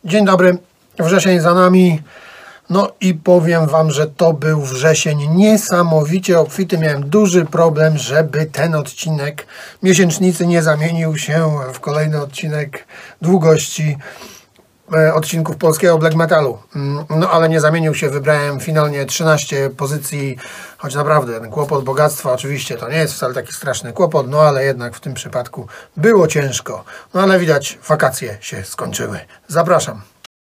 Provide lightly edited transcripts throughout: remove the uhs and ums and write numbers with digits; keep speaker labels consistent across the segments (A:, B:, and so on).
A: Dzień dobry, wrzesień za nami. No i powiem wam, że to był wrzesień niesamowicie obfity. Miałem duży problem, żeby ten odcinek miesięcznicy nie zamienił się w kolejny odcinek długości odcinków polskiego black metalu. No ale nie zamienił się, wybrałem finalnie 13 pozycji, choć naprawdę ten kłopot bogactwa, oczywiście to nie jest wcale taki straszny kłopot, no ale jednak w tym przypadku było ciężko. No ale widać, wakacje się skończyły. Zapraszam.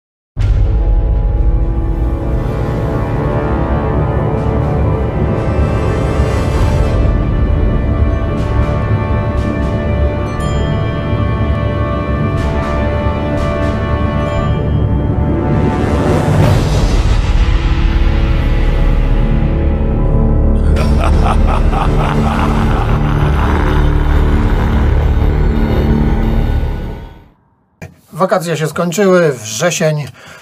A: Wakacje się skończyły, wrzesień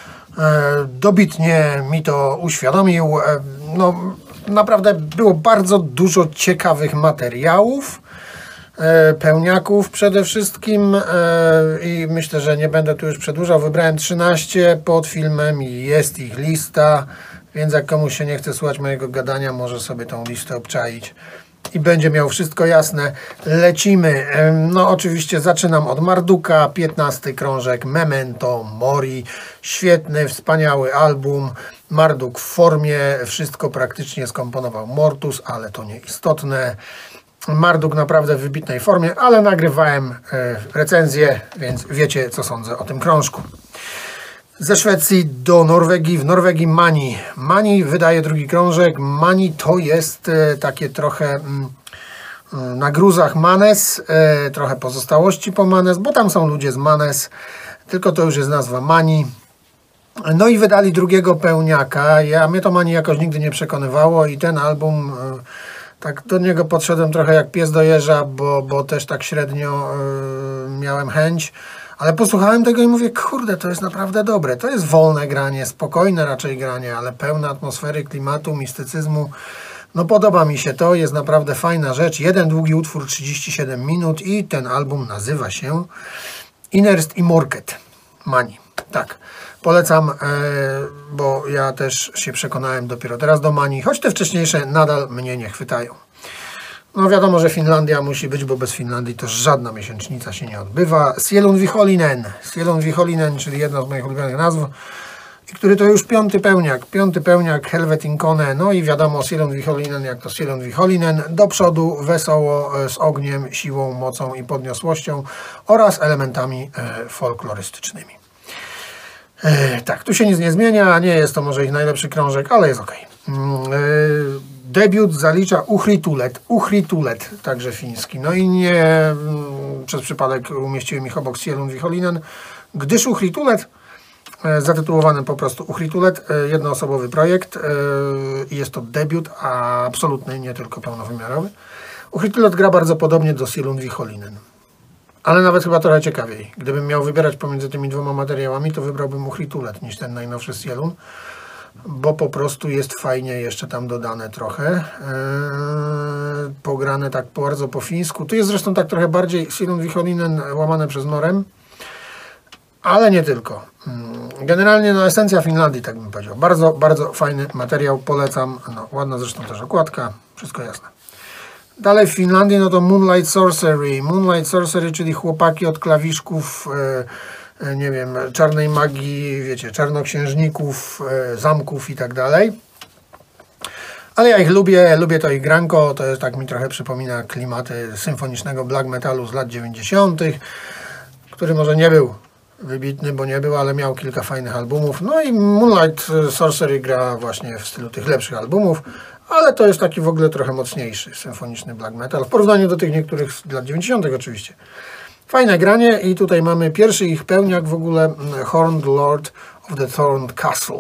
A: dobitnie mi to uświadomił. No, naprawdę było bardzo dużo ciekawych materiałów, pełniaków przede wszystkim i myślę, że nie będę tu już przedłużał. Wybrałem 13 pod filmem i jest ich lista, więc jak komuś się nie chce słuchać mojego gadania, może sobie tą listę obczaić i będzie miał wszystko jasne. Lecimy. No oczywiście zaczynam od Marduka, 15 krążek, Memento Mori. Świetny, wspaniały album. Marduk w formie, wszystko praktycznie skomponował Mortus, ale to nieistotne. Marduk naprawdę w wybitnej formie, ale nagrywałem recenzję, więc wiecie, co sądzę o tym krążku. Ze Szwecji do Norwegii. W Norwegii Mani. Mani wydaje drugi krążek. Mani to jest takie trochę na gruzach Manes, trochę pozostałości po Manes, bo tam są ludzie z Manes, tylko to już jest nazwa Mani. No i wydali drugiego pełniaka. Mnie to Mani jakoś nigdy nie przekonywało i ten album, tak do niego podszedłem trochę jak pies do jeża, bo też tak średnio miałem chęć. Ale posłuchałem tego i mówię, kurde, to jest naprawdę dobre. To jest wolne granie, spokojne raczej granie, ale pełne atmosfery, klimatu, mistycyzmu. No podoba mi się to, jest naprawdę fajna rzecz. Jeden długi utwór, 37 minut i ten album nazywa się Innerst i Mörkret. Mani. Tak, polecam, bo ja też się przekonałem dopiero teraz do Mani, choć te wcześniejsze nadal mnie nie chwytają. No wiadomo, że Finlandia musi być, bo bez Finlandii to żadna miesięcznica się nie odbywa. Sielun Vihollinen. Sielun Vihollinen, czyli jedna z moich ulubionych nazw, który to już piąty pełniak Helvetinkone. No i wiadomo, Sielun Vihollinen jak to Sielun Vihollinen. Do przodu, wesoło, z ogniem, siłą, mocą i podniosłością oraz elementami folklorystycznymi. Tak, tu się nic nie zmienia, nie jest to może ich najlepszy krążek, ale jest ok. Debiut zalicza Uhritulet, także fiński. No i nie przez przypadek umieściłem ich obok Sielun Vihollinen, gdyż Uhritulet, zatytułowany po prostu Uhritulet, jednoosobowy projekt i jest to debiut absolutny, nie tylko pełnowymiarowy. Uhritulet gra bardzo podobnie do Sielun Vihollinen, ale nawet chyba trochę ciekawiej. Gdybym miał wybierać pomiędzy tymi dwoma materiałami, to wybrałbym Uhritulet niż ten najnowszy Sielun, bo po prostu jest fajnie jeszcze tam dodane trochę, pograne tak bardzo po fińsku. Tu jest zresztą tak trochę bardziej Sielun Vihollinen łamane przez norem, ale nie tylko. Generalnie no, esencja Finlandii, tak bym powiedział. Bardzo, bardzo fajny materiał, polecam. No, ładna zresztą też okładka, wszystko jasne. Dalej w Finlandii no to Moonlight Sorcery. Moonlight Sorcery, czyli chłopaki od klawiszków, nie wiem, czarnej magii, wiecie, czarnoksiężników, zamków i tak dalej. Ale ja ich lubię to ich granko, to jest tak mi trochę przypomina klimaty symfonicznego black metalu z lat 90., który może nie był wybitny, bo nie był, ale miał kilka fajnych albumów. No i Moonlight Sorcery gra właśnie w stylu tych lepszych albumów, ale to jest taki w ogóle trochę mocniejszy symfoniczny black metal, w porównaniu do tych niektórych z lat 90. oczywiście. Fajne granie i tutaj mamy pierwszy ich pełniak w ogóle, Horned Lord of the Thorned Castle.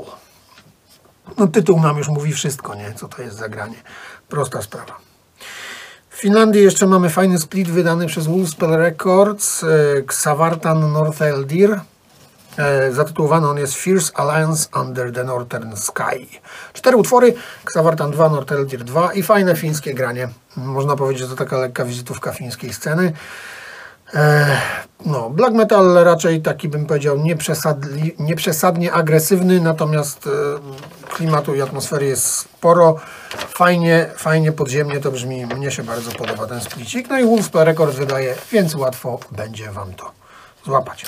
A: No tytuł nam już mówi wszystko, nie? Co to jest za granie. Prosta sprawa. W Finlandii jeszcze mamy fajny split wydany przez Wolfspell Records, Xavartan Northeldir. Zatytułowany on jest Fierce Alliance Under the Northern Sky. 4 utwory, Xavartan 2, Northeldir 2 i fajne fińskie granie. Można powiedzieć, że to taka lekka wizytówka fińskiej sceny. No, black metal raczej taki bym powiedział nieprzesadnie agresywny, natomiast klimatu i atmosfery jest sporo. Fajnie podziemnie to brzmi. Mnie się bardzo podoba ten splicik. No i Wolfspear Records wydaje, więc łatwo będzie Wam to złapać.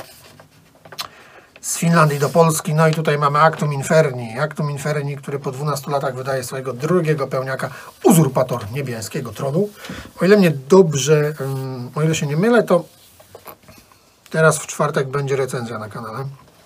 A: Z Finlandii do Polski, no i tutaj mamy Actum Inferni. Actum Inferni, który po 12 latach wydaje swojego drugiego pełniaka, Uzurpator Niebieskiego Tronu. O ile mnie dobrze, o ile się nie mylę, to teraz w czwartek będzie recenzja na kanale.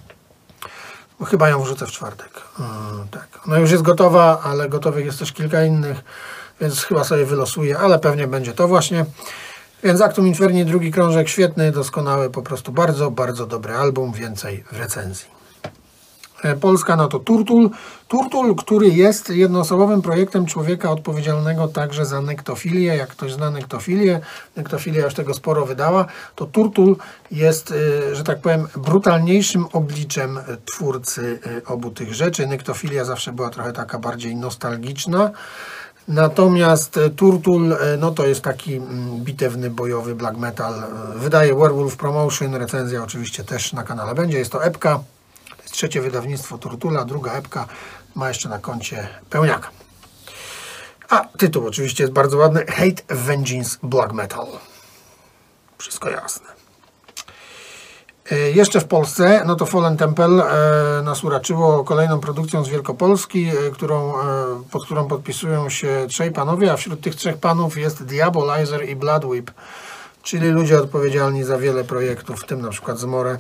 A: Bo chyba ją wrzucę w czwartek. Tak. No już jest gotowa, ale gotowych jest też kilka innych, więc chyba sobie wylosuję, ale pewnie będzie to właśnie. Więc Actum Inferni, drugi krążek, świetny, doskonały, po prostu bardzo, bardzo dobry album, więcej w recenzji. Polska, no to Turtul. Turtul, który jest jednoosobowym projektem człowieka odpowiedzialnego także za nektofilię. Jak ktoś zna nektofilię, nektofilia już tego sporo wydała, to Turtul jest, że tak powiem, brutalniejszym obliczem twórcy obu tych rzeczy. Nektofilia zawsze była trochę taka bardziej nostalgiczna. Natomiast Turtul, no to jest taki bitewny, bojowy black metal. Wydaje Werewolf Promotion, recenzja oczywiście też na kanale będzie. Jest to epka, to jest trzecie wydawnictwo Turtula, druga epka, ma jeszcze na koncie pełniaka. A tytuł oczywiście jest bardzo ładny, Hate Vengeance Black Metal. Wszystko jasne. Jeszcze w Polsce, no to Fallen Temple nas uraczyło kolejną produkcją z Wielkopolski, pod którą podpisują się trzej panowie, a wśród tych trzech panów jest Diabolizer i Bloodwhip, czyli ludzie odpowiedzialni za wiele projektów, w tym na przykład Zmorę.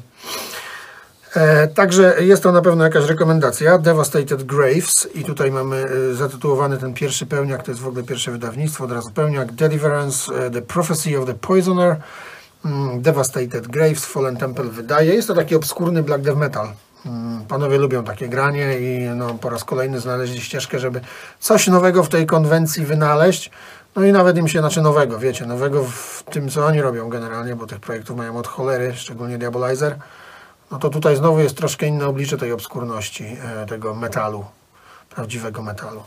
A: Także jest to na pewno jakaś rekomendacja. Devastated Graves i tutaj mamy zatytułowany ten pierwszy pełniak, to jest w ogóle pierwsze wydawnictwo, od razu pełniak. Deliverance, The Prophecy of the Poisoner. Devastated Graves, Fallen Temple wydaje. Jest to taki obskurny black death metal. Panowie lubią takie granie i no, po raz kolejny znaleźli ścieżkę, żeby coś nowego w tej konwencji wynaleźć. No i nawet im się, znaczy nowego, wiecie, nowego w tym, co oni robią generalnie, bo tych projektów mają od cholery, szczególnie Diabolizer. No to tutaj znowu jest troszkę inne oblicze tej obskurności, tego metalu, prawdziwego metalu.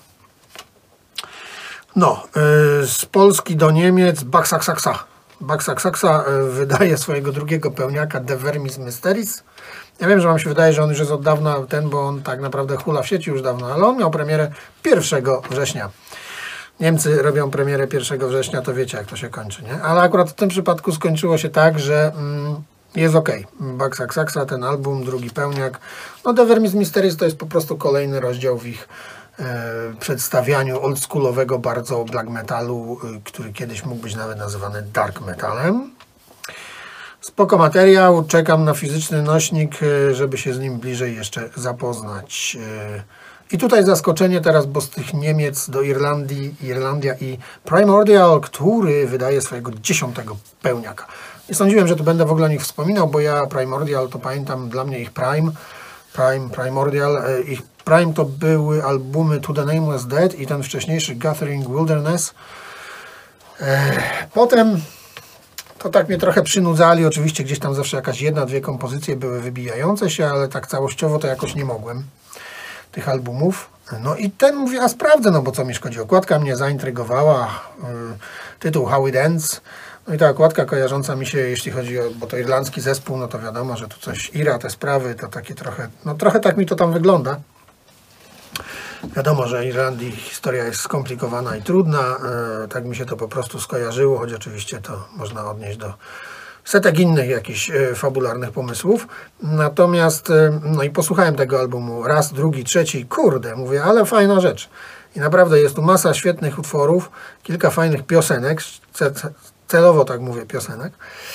A: No, z Polski do Niemiec, Baxaxaxa. Baxaxaxa wydaje swojego drugiego pełniaka, The Vermis Mysteries. Ja wiem, że wam się wydaje, że on już jest od dawna bo on tak naprawdę hula w sieci już dawno, ale on miał premierę 1 września. Niemcy robią premierę 1 września, to wiecie, jak to się kończy, nie? Ale akurat w tym przypadku skończyło się tak, że jest ok. Baxaxaxa, ten album, drugi pełniak. No The Vermis Mysteries to jest po prostu kolejny rozdział w ich przedstawianiu oldschoolowego bardzo black metalu, który kiedyś mógł być nawet nazywany dark metalem. Spoko materiał, czekam na fizyczny nośnik, żeby się z nim bliżej jeszcze zapoznać. I tutaj zaskoczenie teraz, bo z tych Niemiec do Irlandia i Primordial, który wydaje swojego 10. pełniaka. Nie sądziłem, że tu będę w ogóle o nich wspominał, bo ja Primordial to pamiętam, dla mnie ich Primordial, ich Prime to były albumy To the Nameless Dead i ten wcześniejszy Gathering Wilderness. Potem to tak mnie trochę przynudzali, oczywiście gdzieś tam zawsze jakaś jedna, dwie kompozycje były wybijające się, ale tak całościowo to jakoś nie mogłem tych albumów. No i ten mówię, a sprawdzę, no bo co mi szkodzi, okładka mnie zaintrygowała, tytuł How It Ends. No i ta okładka kojarząca mi się, jeśli chodzi o, bo to irlandzki zespół, no to wiadomo, że tu coś Ira, te sprawy, to takie trochę, no trochę tak mi to tam wygląda. Wiadomo, że w Irlandii historia jest skomplikowana i trudna, tak mi się to po prostu skojarzyło, choć oczywiście to można odnieść do setek innych jakichś fabularnych pomysłów. Natomiast, no i posłuchałem tego albumu raz, drugi, trzeci, kurde, mówię, ale fajna rzecz. I naprawdę jest tu masa świetnych utworów, kilka fajnych piosenek, celowo tak mówię, piosenek.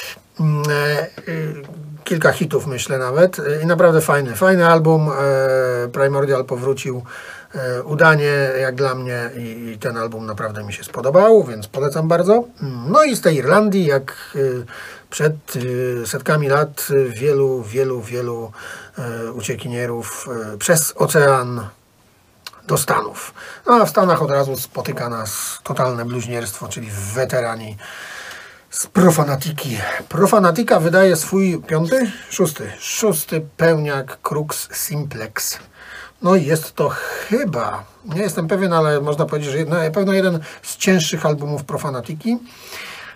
A: Kilka hitów myślę nawet i naprawdę fajny album. Primordial powrócił udanie jak dla mnie i ten album naprawdę mi się spodobał, więc polecam bardzo. No i z tej Irlandii, jak przed setkami lat, wielu uciekinierów przez ocean do Stanów. No a w Stanach od razu spotyka nas totalne bluźnierstwo, czyli weterani z Profanatiki. Profanatika wydaje swój szósty pełniak Crux Simplex. No i jest to chyba, nie jestem pewien, ale można powiedzieć, że na pewno jeden z cięższych albumów Profanatiki.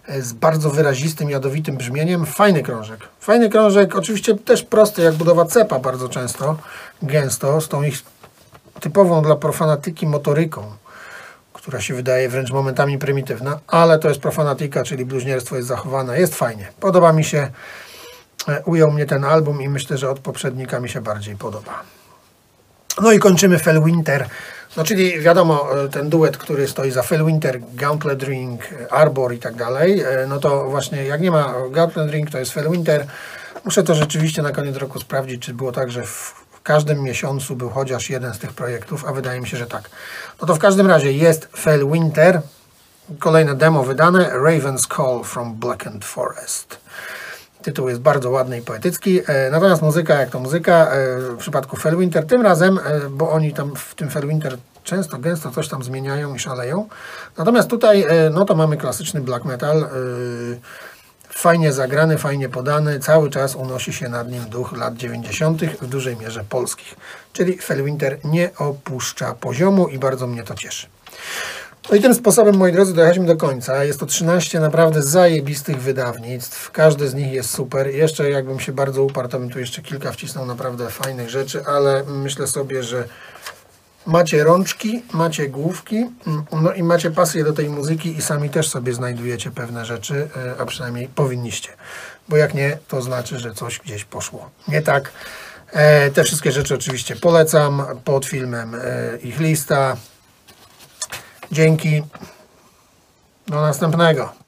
A: z bardzo wyrazistym, jadowitym brzmieniem. Fajny krążek, oczywiście też prosty jak budowa cepa bardzo często, gęsto, z tą ich typową dla profanatyki motoryką, która się wydaje wręcz momentami prymitywna, ale to jest profanatyka, czyli bluźnierstwo jest zachowane, jest fajnie. Podoba mi się, ujął mnie ten album i myślę, że od poprzednika mi się bardziej podoba. No i kończymy Fellwinter, no czyli wiadomo, ten duet, który stoi za Fellwinter, Gauntlet Ring, Arbor i tak dalej, no to właśnie jak nie ma Gauntlet Ring, to jest Fellwinter. Muszę to rzeczywiście na koniec roku sprawdzić, czy było tak, że w każdym miesiącu był chociaż jeden z tych projektów, a wydaje mi się, że tak. No to w każdym razie jest Fellwinter, kolejne demo wydane, Raven's Call from Blackened Forest. Tytuł jest bardzo ładny i poetycki, natomiast muzyka jak to muzyka, w przypadku Fellwinter, tym razem, bo oni tam w tym Fellwinter często, gęsto coś tam zmieniają i szaleją. Natomiast tutaj, no to mamy klasyczny black metal, fajnie zagrany, fajnie podany, cały czas unosi się nad nim duch lat 90., w dużej mierze polskich. Czyli Fellwinter nie opuszcza poziomu i bardzo mnie to cieszy. No i tym sposobem, moi drodzy, dojechaliśmy do końca. Jest to 13 naprawdę zajebistych wydawnictw. Każdy z nich jest super. Jeszcze jakbym się bardzo uparł, to bym tu jeszcze kilka wcisnął naprawdę fajnych rzeczy, ale myślę sobie, że macie rączki, macie główki, no i macie pasję do tej muzyki i sami też sobie znajdujecie pewne rzeczy, a przynajmniej powinniście. Bo jak nie, to znaczy, że coś gdzieś poszło nie tak. Te wszystkie rzeczy oczywiście polecam. Pod filmem ich lista. Dzięki. Do następnego.